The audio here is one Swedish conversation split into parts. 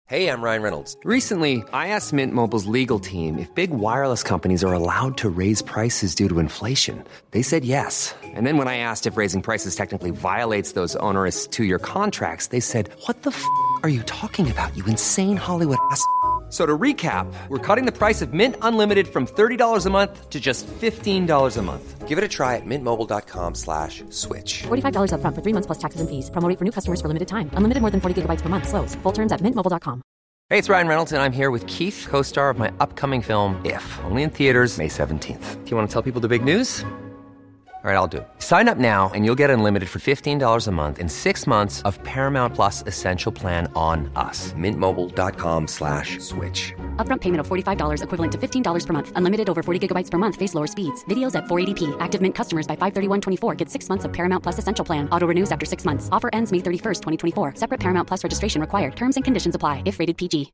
Hey, I'm Ryan Reynolds. Recently, I asked Mint Mobile's legal team if big wireless companies are allowed to raise prices due to inflation. They said yes. And then when I asked if raising prices technically violates those onerous two-year contracts, they said, "What the are you talking about, you insane Hollywood ass?" So to recap, we're cutting the price of Mint Unlimited from $30 a month to just $15 a month. Give it a try at mintmobile.com/switch. $45 up front for 3 months plus taxes and fees. Promo rate for new customers for limited time. Unlimited more than 40 gigabytes per month slows. Full terms at mintmobile.com. Hey, it's Ryan Reynolds, and I'm here with Keith, co-star of my upcoming film, If, only in theaters May 17th. Do you want to tell people the big news? All right, I'll do it. Sign up now and you'll get unlimited for $15 a month and 6 months of Paramount Plus Essential Plan on us. Mintmobile.com/switch. Upfront payment of $45 equivalent to $15 per month. Unlimited over 40 gigabytes per month. Face lower speeds. Videos at 480p. Active Mint customers by 531.24 get 6 months of Paramount Plus Essential Plan. Auto renews after 6 months. Offer ends May 31st, 2024. Separate Paramount Plus registration required. Terms and conditions apply if rated PG.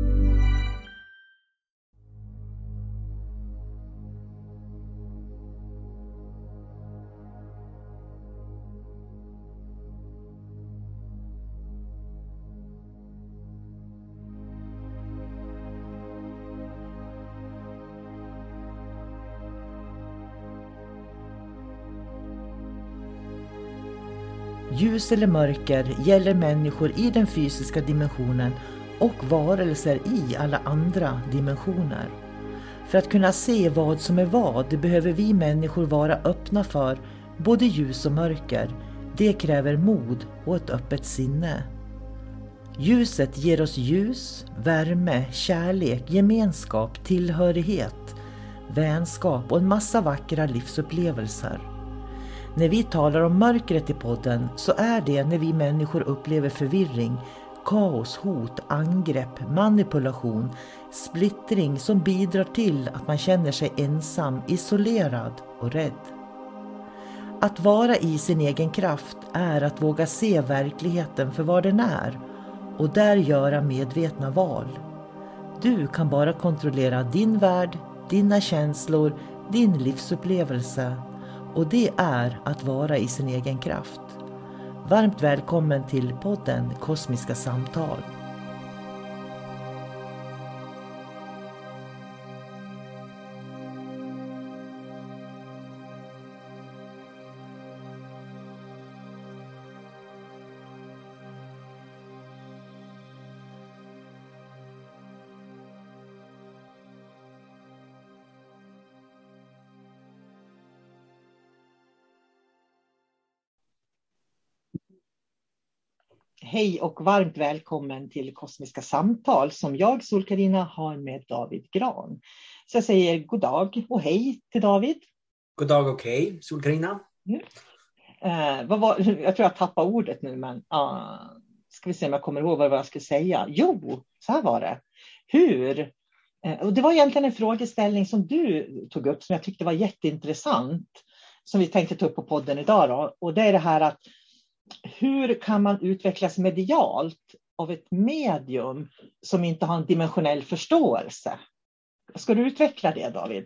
Ljus eller mörker gäller människor i den fysiska dimensionen och varelser i alla andra dimensioner. För att kunna se vad som är vad behöver vi människor vara öppna för både ljus och mörker. Det kräver mod och ett öppet sinne. Ljuset ger oss ljus, värme, kärlek, gemenskap, tillhörighet, vänskap och en massa vackra livsupplevelser. När vi talar om mörkret i podden så är det när vi människor upplever förvirring, kaos, hot, angrepp, manipulation, splittring som bidrar till att man känner sig ensam, isolerad och rädd. Att vara i sin egen kraft är att våga se verkligheten för vad den är och där göra medvetna val. Du kan bara kontrollera din värld, dina känslor, din livsupplevelse. Och det är att vara i sin egen kraft. Varmt välkommen till podden Kosmiska samtal. Hej och varmt välkommen till Kosmiska samtal som jag, Sol-Carina, har med David Gran. Så jag säger god dag och hej till David. God dag och hej, Sol-Carina. Jag tror jag tappar ordet nu, men ska vi se om jag kommer ihåg vad jag skulle säga. Jo, så här var det. Hur? Och det var egentligen en frågeställning som du tog upp som jag tyckte var jätteintressant. Som vi tänkte ta upp på podden idag då. Och det är det här att hur kan man utvecklas medialt av ett medium som inte har en dimensionell förståelse? Ska du utveckla det, David?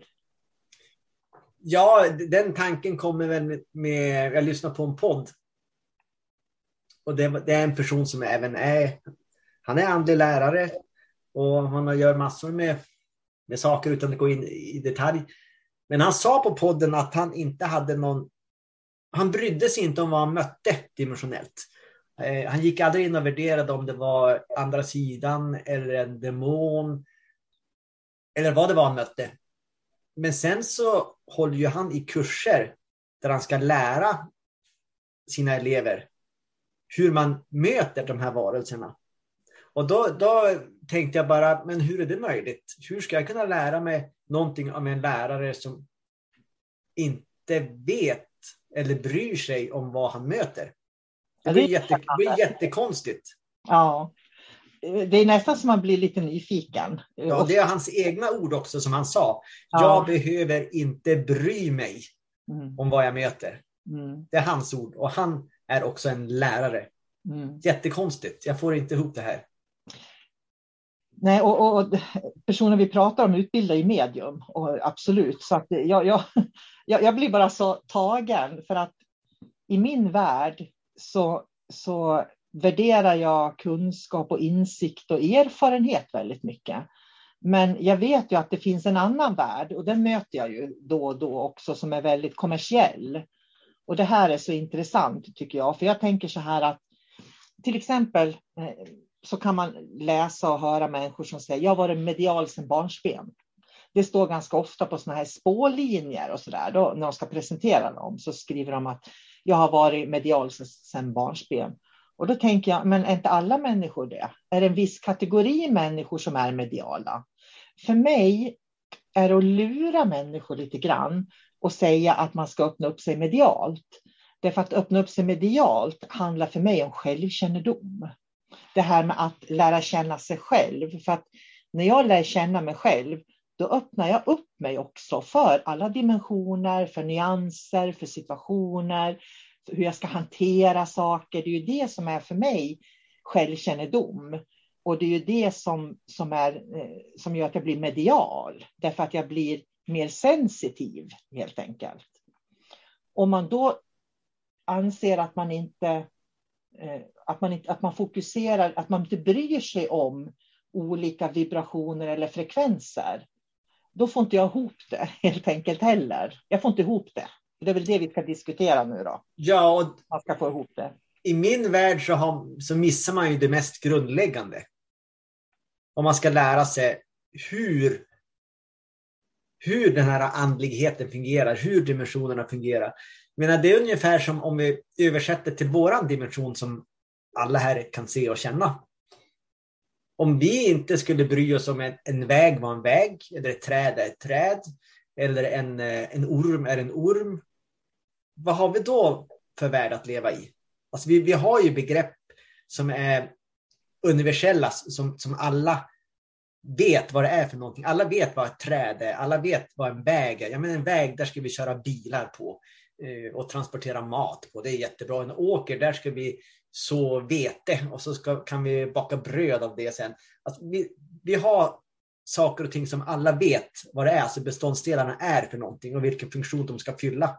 Ja, den tanken kommer väl med... Jag lyssnar på en podd. Och det är en person som även är... Han är andlig lärare. Och han gör massor med saker utan att gå in i detalj. Men han sa på podden att han inte hade någon... Han brydde sig inte om vad han mötte dimensionellt. Han gick aldrig in och värderade om det var andra sidan eller en demon eller vad det var han mötte. Men sen så håller ju han i kurser där han ska lära sina elever hur man möter de här varelserna. Och då tänkte jag bara, men hur är det möjligt? Hur ska jag kunna lära mig någonting om en lärare som inte vet eller bryr sig om vad han möter? Det blir jättekonstigt. Ja, det är nästan som man blir lite nyfiken. Ja, det är hans egna ord också som han sa. Ja. Jag behöver inte bry mig om vad jag möter. Det är hans ord. Och han är också en lärare. Jättekonstigt. Jag får inte ihop det här. Nej, och personer vi pratar om utbildar i medium. Och absolut. Så att jag blir bara så tagen. För att i min värld så värderar jag kunskap och insikt och erfarenhet väldigt mycket. Men jag vet ju att det finns en annan värld, och den möter jag ju då och då också, som är väldigt kommersiell. Och det här är så intressant tycker jag, för jag tänker så här att till exempel så kan man läsa och höra människor som säger jag har varit medial sedan barnsben. Det står ganska ofta på såna här spårlinjer och sådär, när de ska presentera dem så skriver de att jag har varit medial sedan barnsben. Och då tänker jag, men är inte alla människor det? Är det en viss kategori människor som är mediala? För mig är det att lura människor lite grann och säga att man ska öppna upp sig medialt. Därför att öppna upp sig medialt handlar för mig om självkännedom. Det här med att lära känna sig själv. För att när jag lär känna mig själv, då öppnar jag upp mig också för alla dimensioner, för nyanser, för situationer, för hur jag ska hantera saker. Det är ju det som är för mig självkännedom. Och det är ju det som gör att jag blir medial. Därför att jag blir mer sensitiv helt enkelt. Om man då anser att man inte att man fokuserar, att man inte bryr sig om olika vibrationer eller frekvenser, då får inte jag ihop det helt enkelt heller. Jag får inte ihop det. Det är väl det vi ska diskutera nu då. Ja, och man ska få ihop det. I min värld så missar man ju det mest grundläggande. Om man ska lära sig hur den här andligheten fungerar, hur dimensionerna fungerar. Men det är ungefär som om vi översätter till våran dimension som alla här kan se och känna. Om vi inte skulle bry oss om en väg var en väg, eller ett träd är ett träd, eller en orm är en orm. Vad har vi då för värld att leva i? Alltså vi har ju begrepp som är universella, som alla vet vad det är för någonting. Alla vet vad ett träd är, alla vet vad en väg är. Jag menar en väg, där ska vi köra bilar på och transportera mat på. Det är jättebra. En åker, där ska vi så vete och så kan vi baka bröd av det sen. Alltså vi har saker och ting som alla vet vad det är, så beståndsdelarna är för någonting och vilken funktion de ska fylla.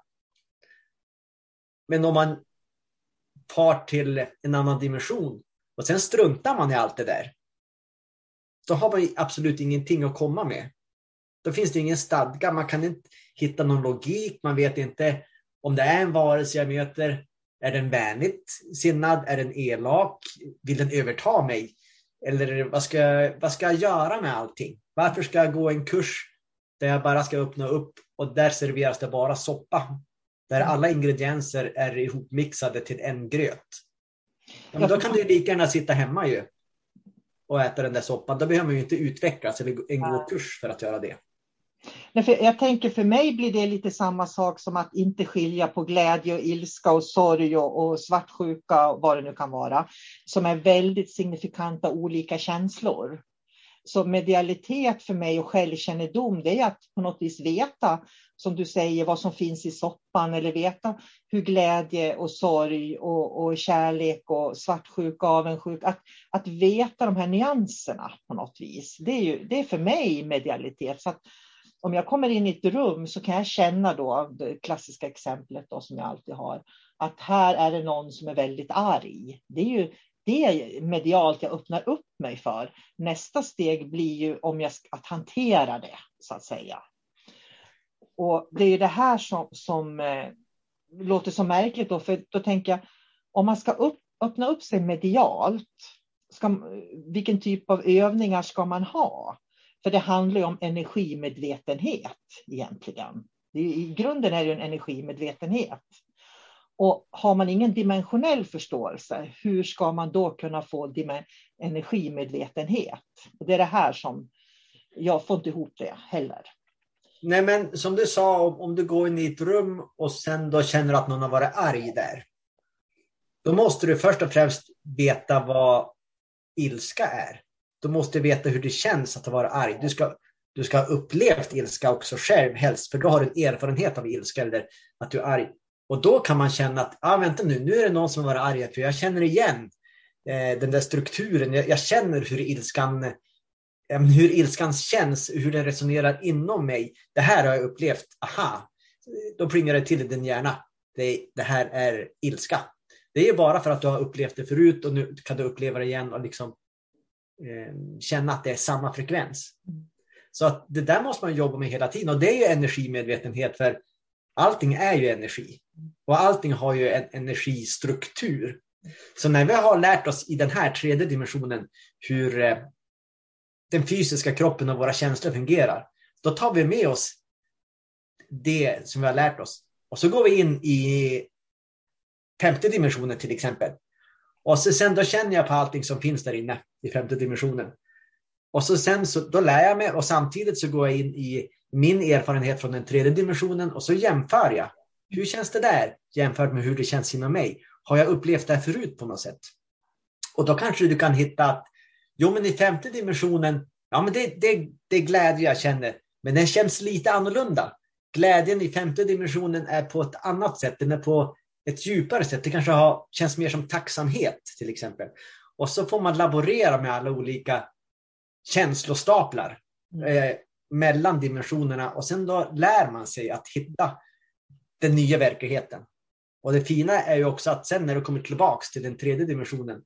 Men om man far till en annan dimension och sen struntar man i allt det där, då har man absolut ingenting att komma med. Då finns det ingen stadga, man kan inte hitta någon logik, man vet inte om det är en varelse jag möter. Är den vänligt sinnad? Är den elak? Vill den överta mig? Eller vad ska jag göra med allting? Varför ska jag gå en kurs där jag bara ska öppna upp och där serveras det bara soppa? Där alla ingredienser är ihopmixade till en gröt. Ja, men då kan du lika gärna sitta hemma ju och äta den där soppan. Då behöver man ju inte utvecklas eller gå kurs för att göra det. Nej, för jag tänker för mig blir det lite samma sak som att inte skilja på glädje och ilska och sorg och svartsjuka och vad det nu kan vara. Som är väldigt signifikanta olika känslor. Så medialitet för mig och självkännedom, det är att på något vis veta, som du säger, vad som finns i soppan, eller veta hur glädje och sorg och kärlek och svartsjuka, avundsjuk, att veta de här nyanserna på något vis. Det är för mig medialitet. Så att om jag kommer in i ett rum så kan jag känna då, det klassiska exemplet då, som jag alltid har, att här är det någon som är väldigt arg. Det är ju det medialt jag öppnar upp mig för. Nästa steg blir ju att hantera det, så att säga. Och det är ju det här som låter så märkligt då, för då tänker jag, om man ska öppna upp sig medialt, vilken typ av övningar ska man ha? För det handlar ju om energimedvetenhet egentligen. I grunden är det en energimedvetenhet. Och har man ingen dimensionell förståelse, hur ska man då kunna få energimedvetenhet? Och det är det här som jag får inte ihop det heller. Nej, men som du sa, om du går in i ett rum och sen då känner att någon har varit arg där, då måste du först och främst veta vad ilska är. Du måste veta hur det känns att vara arg. Du ska ha upplevt ilska också själv helst, för då har du en erfarenhet av ilska eller att du är arg. Och då kan man känna att vänta nu är det någon som har varit arg, för jag känner igen den där strukturen. Jag känner hur ilskan känns, hur den resonerar inom mig. Det här har jag upplevt. Aha, då plingar det till i din hjärna. Det här är ilska. Det är bara för att du har upplevt det förut och nu kan du uppleva det igen och liksom känna att det är samma frekvens. Så att det där måste man jobba med hela tiden, och det är ju energimedvetenhet, för allting är ju energi och allting har ju en energistruktur. Så när vi har lärt oss i den här 3D dimensionen hur den fysiska kroppen och våra känslor fungerar, då tar vi med oss det som vi har lärt oss. Och så går vi in i 5:e dimensionen till exempel. Och så sen då känner jag på allting som finns där inne i 5:e dimensionen. Och så sen så då lär jag mig, och samtidigt så går jag in i min erfarenhet från den 3:e dimensionen och så jämför jag. Hur känns det där jämfört med hur det känns inom mig? Har jag upplevt det här förut på något sätt? Och då kanske du kan hitta att jo, men i 5:e dimensionen, ja, men det är glädje jag känner, men den känns lite annorlunda. Glädjen i 5:e dimensionen är på ett annat sätt, den är på ett djupare sätt. Det kanske känns mer som tacksamhet till exempel. Och så får man laborera med alla olika känslostaplar mellan dimensionerna, och sen då lär man sig att hitta den nya verkligheten. Och det fina är ju också att sen när du kommer tillbaks till den 3:e dimensionen,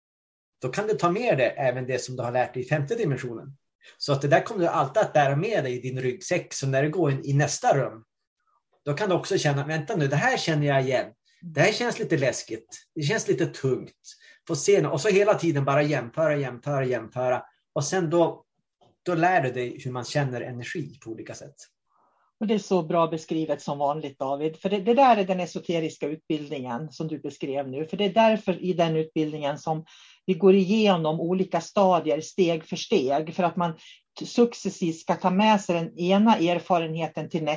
då kan du ta med dig även det som du har lärt dig i 5:e dimensionen. Så att det där kommer du alltid att bära med dig i din ryggsäck. Så när du går in i nästa rum, då kan du också känna, vänta nu, det här känner jag igen. Det här känns lite läskigt. Det känns lite tungt. Få se, och så hela tiden bara jämföra. Och sen då lär du dig hur man känner energi på olika sätt. Och det är så bra beskrivet som vanligt, David. För det där är den esoteriska utbildningen som du beskrev nu. För det är därför i den utbildningen som vi går igenom olika stadier steg för steg. För att man successivt ska ta med sig den ena erfarenheten till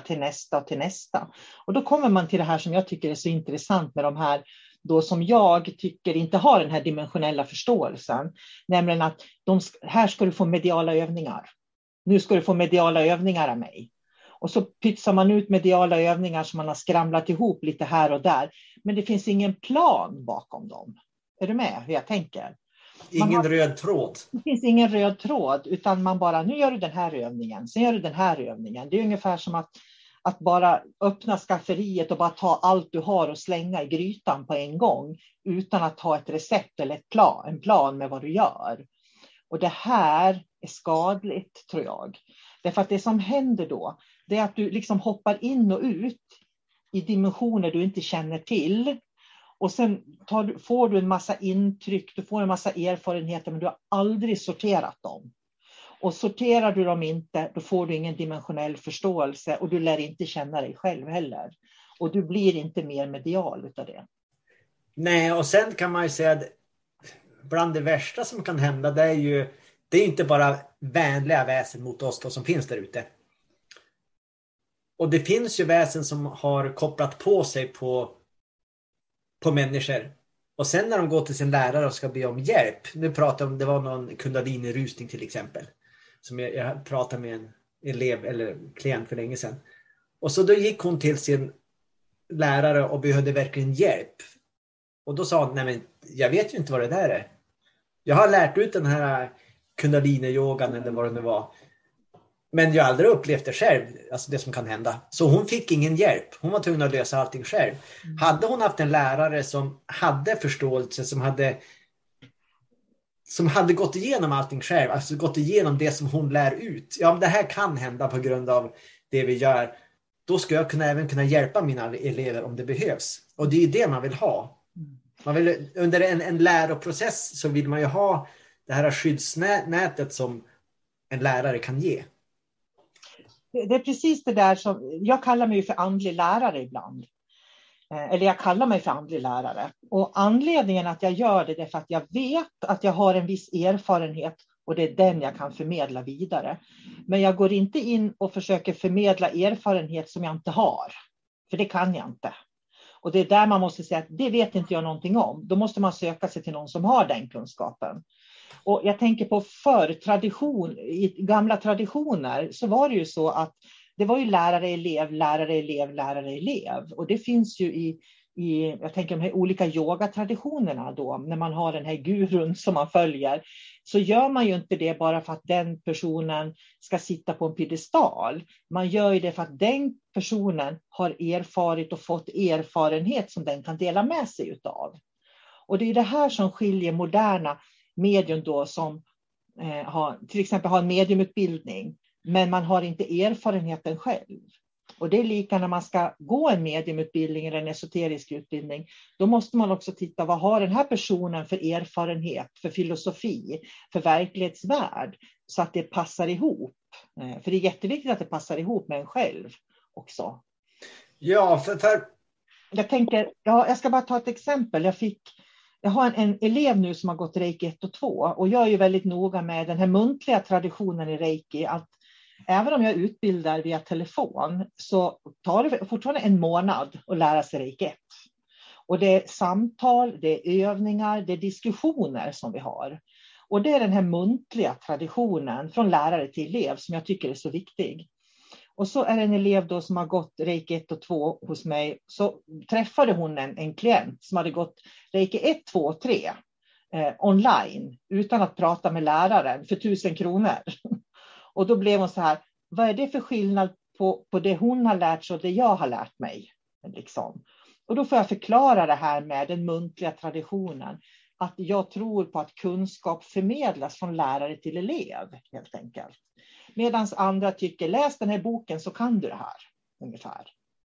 nästa. Och då kommer man till det här som jag tycker är så intressant med de här då som jag tycker inte har den här dimensionella förståelsen. Nämligen att här ska du få mediala övningar. Nu ska du få mediala övningar av mig. Och så pytsar man ut mediala övningar som man har skramlat ihop lite här och där. Men det finns ingen plan bakom dem. Är du med hur jag tänker? Ingen röd tråd. Det finns ingen röd tråd, utan man bara, nu gör du den här övningen, sen gör du den här övningen. Det är ungefär som att bara öppna skafferiet och bara ta allt du har och slänga i grytan på en gång. Utan att ha ett recept eller en plan med vad du gör. Och det här är skadligt, tror jag. Därför att det som händer då, det är att du liksom hoppar in och ut i dimensioner du inte känner till. Och sen får du en massa intryck, du får en massa erfarenheter, men du har aldrig sorterat dem. Och sorterar du dem inte, då får du ingen dimensionell förståelse och du lär inte känna dig själv heller. Och du blir inte mer medial utav det. Nej, och sen kan man ju säga att bland det värsta som kan hända, det är inte bara vänliga väsen mot oss då som finns där ute. Och det finns ju väsen som har kopplat på sig på människor. Och sen när de går till sin lärare och ska be om hjälp. Nu pratar om, det var någon kundalini-rusning till exempel. Som jag pratade med en elev eller klient för länge sedan. Och så då gick hon till sin lärare och behövde verkligen hjälp. Och då sa hon, nej men jag vet ju inte vad det där är. Jag har lärt ut den här kundalini-yogan eller vad det nu var. Men jag har aldrig upplevt det själv, alltså det som kan hända. Så hon fick ingen hjälp. Hon var tvungen att lösa allting själv. Hade hon haft en lärare som hade förståelse, som hade gått igenom allting själv, alltså gått igenom det som hon lär ut. Ja, men det här kan hända på grund av det vi gör. Då ska jag även kunna hjälpa mina elever om det behövs. Och det är det man vill ha. Man vill, under en läroprocess så vill man ju ha det här skyddsnätet som en lärare kan ge. Det är precis det där som, jag kallar mig för andlig lärare ibland. Eller jag kallar mig för andlig lärare. Och anledningen att jag gör det är för att jag vet att jag har en viss erfarenhet. Och det är den jag kan förmedla vidare. Men jag går inte in och försöker förmedla erfarenhet som jag inte har. För det kan jag inte. Och det är där man måste säga att det vet inte jag någonting om. Då måste man söka sig till någon som har den kunskapen. Och jag tänker på i gamla traditioner så var det ju så att det var ju lärare-elev. Och det finns ju jag tänker de här olika yogatraditionerna då, när man har den här gurun som man följer. så gör man ju inte det bara för att den personen ska sitta på en piedestal. Man gör ju det för att den personen har erfarit och fått erfarenhet som den kan dela med sig utav. Och det är det här som skiljer moderna medium då som till exempel har en mediumutbildning, men man har inte erfarenheten själv. Och det är lika när man ska gå en mediumutbildning eller en esoterisk utbildning. Då måste man också titta, vad har den här personen för erfarenhet, för filosofi, för verklighetsvärld, så att det passar ihop. För det är jätteviktigt att det passar ihop med en själv också. Ja, för... Jag ska bara ta ett exempel. Jag har en elev nu som har gått Reiki 1 och 2. Och jag är ju väldigt noga med den här muntliga traditionen i Reiki. Att även om jag utbildar via telefon så tar det fortfarande en månad att lära sig Reiki 1. Och det är samtal, det är övningar, det är diskussioner som vi har. Och det är den här muntliga traditionen från lärare till elev som jag tycker är så viktig. Och så är det en elev då som har gått Reiki 1 och 2 hos mig. Så träffade hon en klient som hade gått Reiki 1, 2 och 3 online utan att prata med läraren för 1000 kronor. Och då blev hon så här, vad är det för skillnad på det hon har lärt sig och det jag har lärt mig? Liksom. Och då får jag förklara det här med den muntliga traditionen. Att jag tror på att kunskap förmedlas från lärare till elev helt enkelt. Medan andra tycker, läs den här boken så kan du det här ungefär.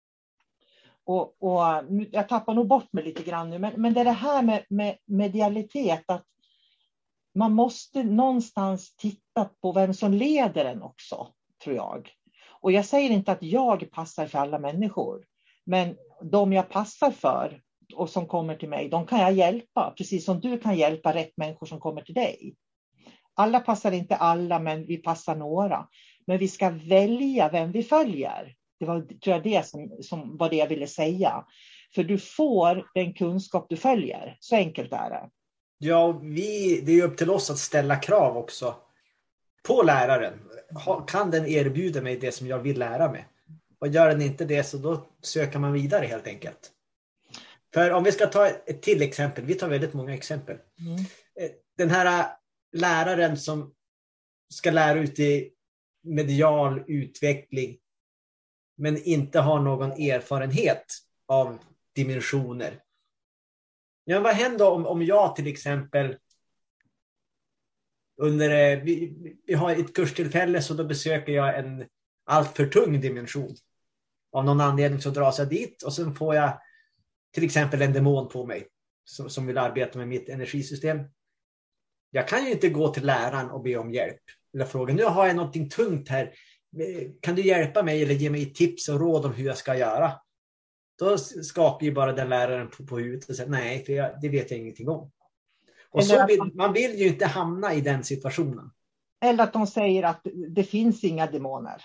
Och jag tappar nog bort mig lite grann nu. Men det är det här med medialitet. Att man måste någonstans titta på vem som leder den också, tror jag. Och jag säger inte att jag passar för alla människor. Men de jag passar för och som kommer till mig, de kan jag hjälpa. Precis som du kan hjälpa rätt människor som kommer till dig. Alla passar inte alla, men vi passar några. Men vi ska välja vem vi följer. Det var, tror jag, det som var det jag ville säga. För du får den kunskap du följer. Så enkelt är det. Ja, det är upp till oss att ställa krav också på läraren. Kan den erbjuda mig det som jag vill lära mig? Och gör den inte det, så då söker man vidare helt enkelt. För om vi ska ta ett till exempel. Vi tar väldigt många exempel. Den här läraren som ska lära ut i medial utveckling men inte har någon erfarenhet av dimensioner. Ja, vad händer om jag till exempel vi har ett kurstillfälle, så då besöker jag en alltför tung dimension. Av någon anledning så dras jag dit och sen får jag till exempel en demon på mig som vill arbeta med mitt energisystem. Jag kan ju inte gå till läraren och be om hjälp. Eller fråga, nu har jag någonting tungt här. Kan du hjälpa mig eller ge mig tips och råd om hur jag ska göra? Då skakar ju bara den läraren på huvudet och säger nej, för det vet jag ingenting om. Och man vill ju inte hamna i den situationen. Eller att de säger att det finns inga demoner.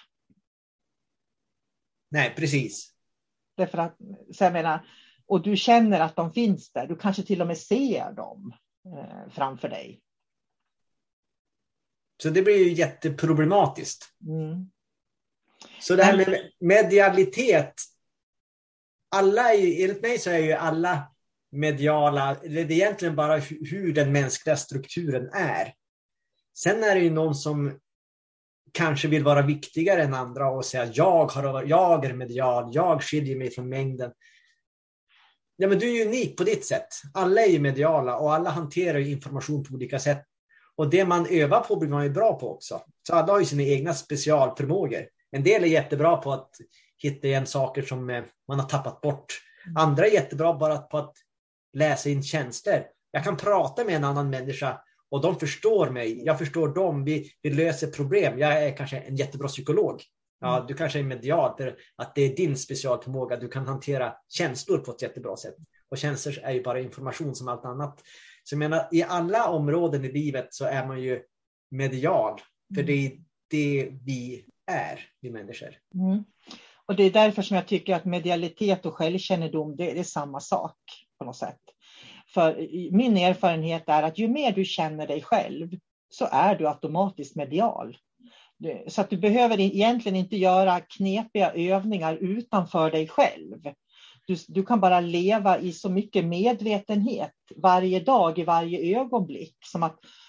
Nej, precis. Därför att, så jag menar, och du känner att de finns där. Du kanske till och med ser dem framför dig. Så det blir ju jätteproblematiskt. Så det här med medialitet. Enligt mig så är ju alla mediala. Det är egentligen bara hur den mänskliga strukturen är. Sen är det ju någon som kanske vill vara viktigare än andra och säga jag är medial, jag skiljer mig från mängden. Ja, men du är unik på ditt sätt. Alla är ju mediala och alla hanterar information på olika sätt. Och det man övar på blir man ju bra på också. Så alla har ju sina egna specialförmågor. En del är jättebra på att hitta igen saker som man har tappat bort. Andra är jättebra bara på att läsa in tjänster. Jag kan prata med en annan människa och de förstår mig. Jag förstår dem. Vi löser problem. Jag är kanske en jättebra psykolog. Ja, du kanske är medial för att det är din specialförmåga. Du kan hantera känslor på ett jättebra sätt. Och känslor är ju bara information som allt annat. Så jag menar, i alla områden i livet så är man ju medial. För det är det vi är, vi människor. Och det är därför som jag tycker att medialitet och självkännedom, det är samma sak på något sätt. För min erfarenhet är att ju mer du känner dig själv så är du automatiskt medial. Så att du behöver egentligen inte göra knepiga övningar utanför dig själv. Du kan bara leva i så mycket medvetenhet varje dag, i varje ögonblick. Som att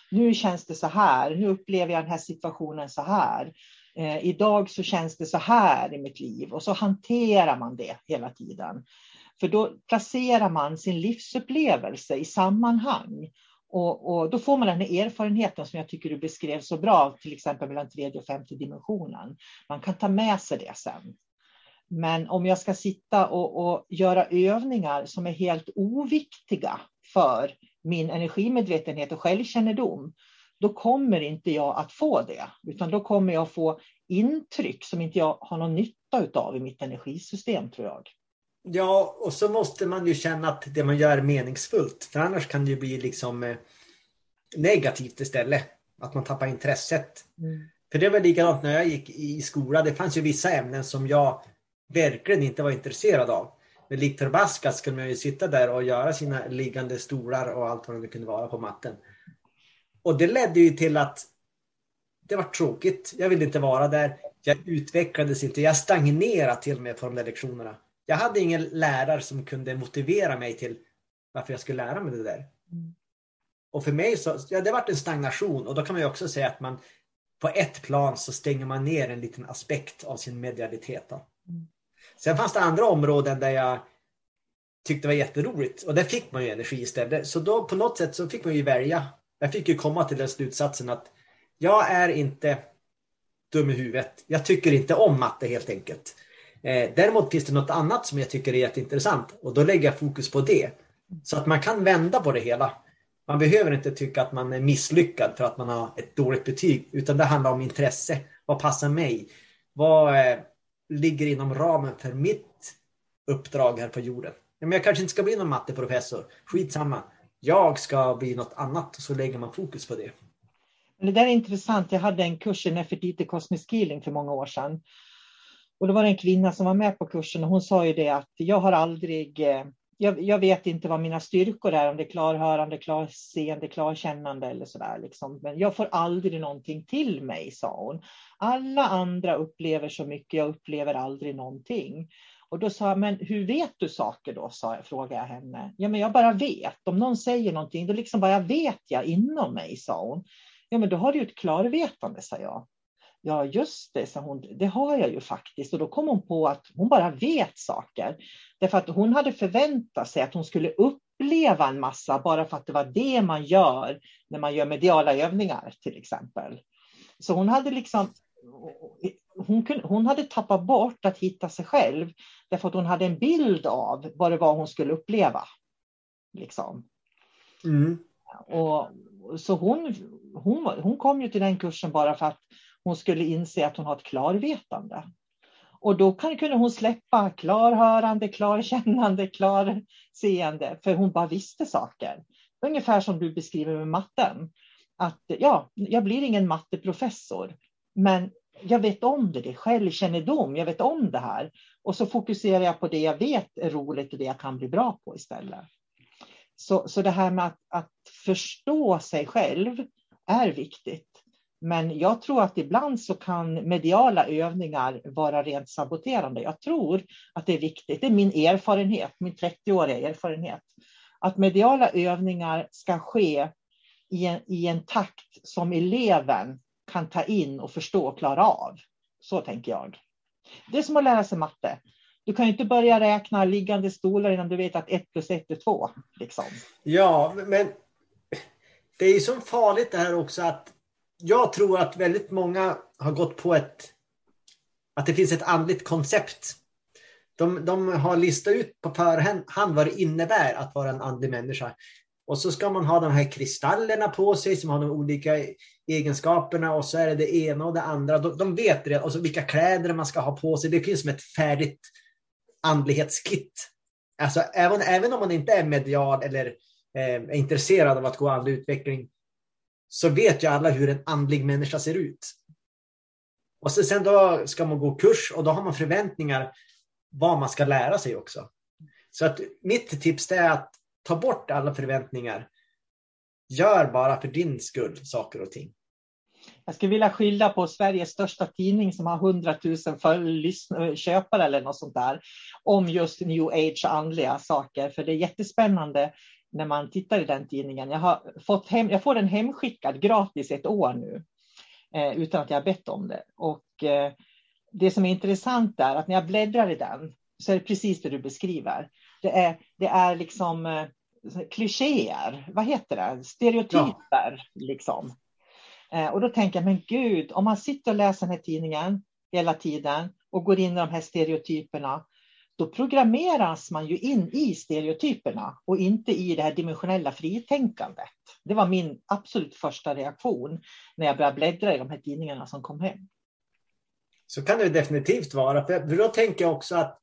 nu känns det så här, nu upplever jag den här situationen så här. Idag så känns det så här i mitt liv, och så hanterar man det hela tiden. För då placerar man sin livsupplevelse i sammanhang. Och då får man den här erfarenheten som jag tycker du beskrev så bra, till exempel mellan 3:e och 5:e dimensionen. Man kan ta med sig det sen. Men om jag ska sitta och göra övningar som är helt oviktiga för min energimedvetenhet och självkännedom, då kommer inte jag att få det. Utan då kommer jag få intryck som inte jag har någon nytta utav i mitt energisystem, tror jag. Ja, och så måste man ju känna att det man gör är meningsfullt. För annars kan det ju bli liksom negativt istället. Att man tappar intresset. För det var likadant när jag gick i skola. Det fanns ju vissa ämnen som jag verkligen inte var intresserad av. Men likt förbaskat skulle man ju sitta där och göra sina liggande stolar och allt vad det kunde vara på matten. Och det ledde ju till att det var tråkigt. Jag ville inte vara där. Jag utvecklades inte. Jag stagnerade till och med på de där lektionerna. Jag hade ingen lärare som kunde motivera mig till varför jag skulle lära mig det där. Och för mig så, ja, det var en stagnation. Och då kan man ju också säga att man på ett plan så stänger man ner en liten aspekt av sin medialitet då. Sen fanns det andra områden där jag tyckte det var jätteroligt. Och där fick man ju energi istället. Så då på något sätt så fick man ju välja. Jag fick ju komma till den slutsatsen att jag är inte dum i huvudet. Jag tycker inte om matte helt enkelt. Däremot finns det något annat som jag tycker är jätteintressant. Och då lägger jag fokus på det. Så att man kan vända på det hela. Man behöver inte tycka att man är misslyckad för att man har ett dåligt betyg. Utan det handlar om intresse. Vad passar mig? Vad ligger inom ramen för mitt uppdrag här på jorden? Men jag kanske inte ska bli någon matteprofessor. Skitsamma. Jag ska bli något annat, och så lägger man fokus på det. Det där är intressant. Jag hade en kurs i Nefertiti Cosmic Healing för många år sedan. Och då var det en kvinna som var med på kursen, och hon sa ju det att jag har aldrig... Jag vet inte vad mina styrkor är, om det är klarhörande, klarseende, klarkännande eller sådär. Liksom. Men jag får aldrig någonting till mig, sa hon. Alla andra upplever så mycket, jag upplever aldrig någonting. Och då sa jag, men hur vet du saker då, frågade jag henne. Ja, men jag bara vet. Om någon säger någonting, då liksom bara vet jag inom mig, sa hon. Ja, men då har du ju ett klarvetande, sa jag. Ja, just det, sa hon. Det har jag ju faktiskt. Och då kom hon på att hon bara vet saker. Därför att hon hade förväntat sig att hon skulle uppleva en massa bara för att det var det man gör när man gör mediala övningar till exempel. Så hon hade liksom... Hon hade tappat bort att hitta sig själv därför att hon hade en bild av vad det var hon skulle uppleva. Liksom. Och så hon kom ju till den kursen bara för att hon skulle inse att hon har ett klarvetande. Och då kunde hon släppa klarhörande, klarkännande, klarseende, för hon bara visste saker. Ungefär som du beskriver med matten. Att ja, jag blir ingen matteprofessor, men jag vet om det är självkännedom, jag vet om det här. Och så fokuserar jag på det jag vet är roligt och det jag kan bli bra på istället. Så det här med att förstå sig själv är viktigt. Men jag tror att ibland så kan mediala övningar vara rent saboterande. Jag tror att det är viktigt, det är min erfarenhet, min 30-åriga erfarenhet. Att mediala övningar ska ske i en takt som eleven kan ta in och förstå och klara av. Så tänker jag. Det är som att lära sig matte. Du kan ju inte börja räkna liggande stolar innan du vet att 1 + 1 är 2. Liksom. Ja, men det är ju så farligt det här också att jag tror att väldigt många har gått på att det finns ett andligt koncept. De har listat ut på förhand vad det innebär att vara en andlig människa. Och så ska man ha de här kristallerna på sig som har de olika egenskaperna, och så är det ena och det andra. De vet det, och så vilka kläder man ska ha på sig. Det finns som ett färdigt andlighetskit. Alltså även om man inte är medial eller är intresserad av att gå andlig utveckling, så vet ju alla hur en andlig människa ser ut. Och så sen då ska man gå kurs, och då har man förväntningar vad man ska lära sig också. Så att mitt tips är att ta bort alla förväntningar. Gör bara för din skull saker och ting. Jag skulle vilja skylla på Sveriges största tidning som har 100 000 köpare eller något sånt där. Om just New Age och andliga saker. För det är jättespännande. när man tittar i den tidningen. Jag får den hemskickad gratis ett år nu. Utan att jag har bett om det. Och det som är intressant är att när jag bläddrar i den så är det precis det du beskriver. Det är liksom klichéer. Vad heter det? Stereotyper liksom. Och då tänker jag, men gud, om man sitter och läser den här tidningen hela tiden och går in i de här stereotyperna, då programmeras man ju in i stereotyperna och inte i det här dimensionella fritänkandet. Det var min absolut första reaktion när jag började bläddra i de här tidningarna som kom hem. Så kan det definitivt vara. För då tänker jag också att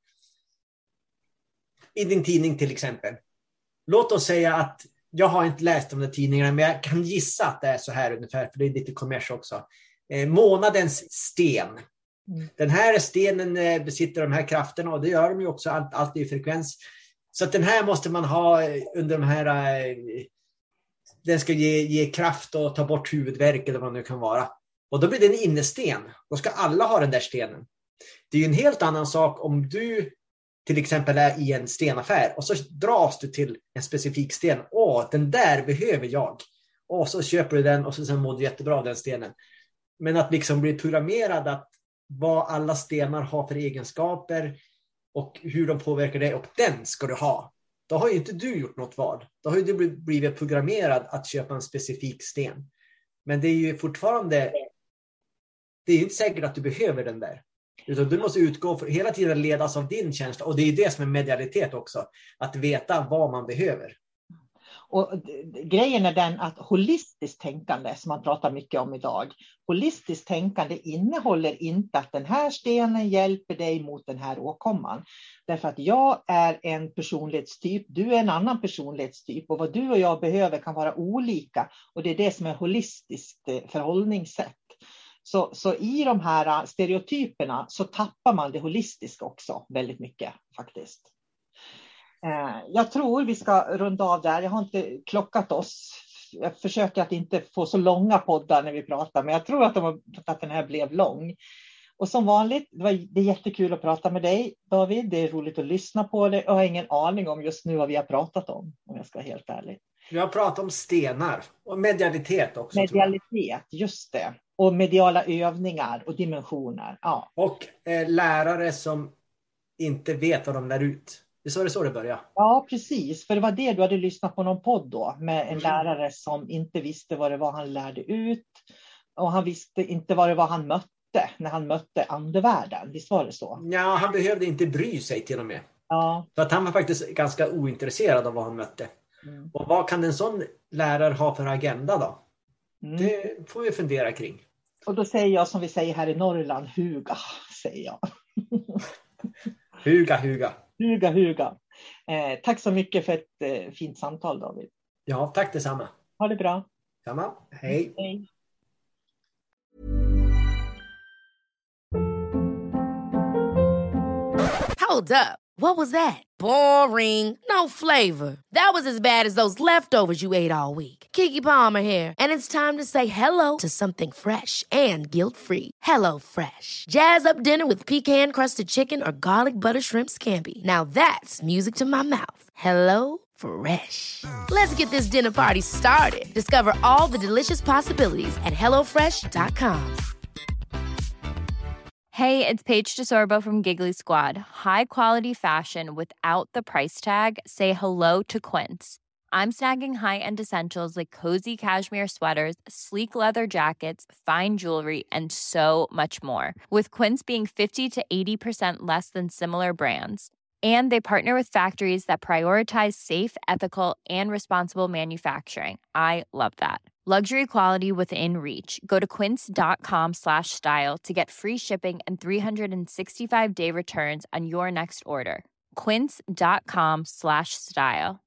i din tidning till exempel, låt oss säga att jag har inte läst de där tidningarna, men jag kan gissa att det är så här ungefär, för det är lite kommers också. Månadens sten. Den här stenen besitter de här krafterna, och det gör de ju också alltid i frekvens. Så att den här måste man ha under de här, den ska ge kraft och ta bort huvudvärk eller vad det nu kan vara. Och då blir det en innesten. Då ska alla ha den där stenen. Det är ju en helt annan sak om du till exempel är i en stenaffär och så dras du till en specifik sten. Den där behöver jag. Och så köper du den och så sen mår du jättebra av den stenen. Men att liksom bli programmerad att vad alla stenar har för egenskaper och hur de påverkar dig, och den ska du ha. Då har ju inte du gjort något val. Då har ju du blivit programmerad att köpa en specifik sten. Men det är ju fortfarande, det är ju inte säkert att du behöver den där. Utan du måste utgå för hela tiden ledas av din känsla. Och det är ju det som är medialitet också. Att veta vad man behöver. Och grejen är den att holistiskt tänkande, som man pratar mycket om idag, holistiskt tänkande innehåller inte att den här stenen hjälper dig mot den här åkomman. Därför att jag är en personlighetstyp, du är en annan personlighetstyp, och vad du och jag behöver kan vara olika, och det är det som är holistiskt förhållningssätt. Så i de här stereotyperna så tappar man det holistiska också väldigt mycket faktiskt. Jag tror vi ska runda av där. Jag har inte klockat oss. Jag försöker att inte få så långa poddar när vi pratar, men jag tror att den här blev lång. Och som vanligt, det är jättekul att prata med dig, David. Det är roligt att lyssna på dig. Jag har ingen aning om just nu vad vi har pratat om jag ska vara helt ärlig. Vi har pratat om stenar och medialitet också. Medialitet, just det. Och mediala övningar och dimensioner. Ja. Och lärare som inte vet vad de lär ut. Det är så det börjar. Ja, precis. För det var det du hade lyssnat på någon podd då. Med en lärare som inte visste vad det var han lärde ut. Och han visste inte vad det var han mötte när han mötte andevärlden. Visst var det så? Ja, han behövde inte bry sig till och med. Ja. För att han var faktiskt ganska ointresserad av vad han mötte. Mm. Och vad kan en sån lärare ha för agenda då? Mm. Det får vi fundera kring. Och då säger jag som vi säger här i Norrland, huga, säger jag. Huga. Tack så mycket för ett fint samtal, David. Ja, tack detsamma. Ha det bra. Samma. Hej. Hej. Hold up. What was that? Boring. No flavor. That was as bad as those leftovers you ate all week. Keke Palmer here, and it's time to say hello to something fresh and guilt-free. Hello Fresh. Jazz up dinner with pecan-crusted chicken or garlic butter shrimp scampi. Now that's music to my mouth. Hello Fresh. Let's get this dinner party started. Discover all the delicious possibilities at hellofresh.com. Hey, it's Paige DeSorbo from Giggly Squad. High quality fashion without the price tag. Say hello to Quince. I'm snagging high-end essentials like cozy cashmere sweaters, sleek leather jackets, fine jewelry, and so much more. With Quince being 50 to 80% less than similar brands. And they partner with factories that prioritize safe, ethical, and responsible manufacturing. I love that. Luxury quality within reach. Go to quince.com/style to get free shipping and 365-day returns on your next order. Quince.com/style.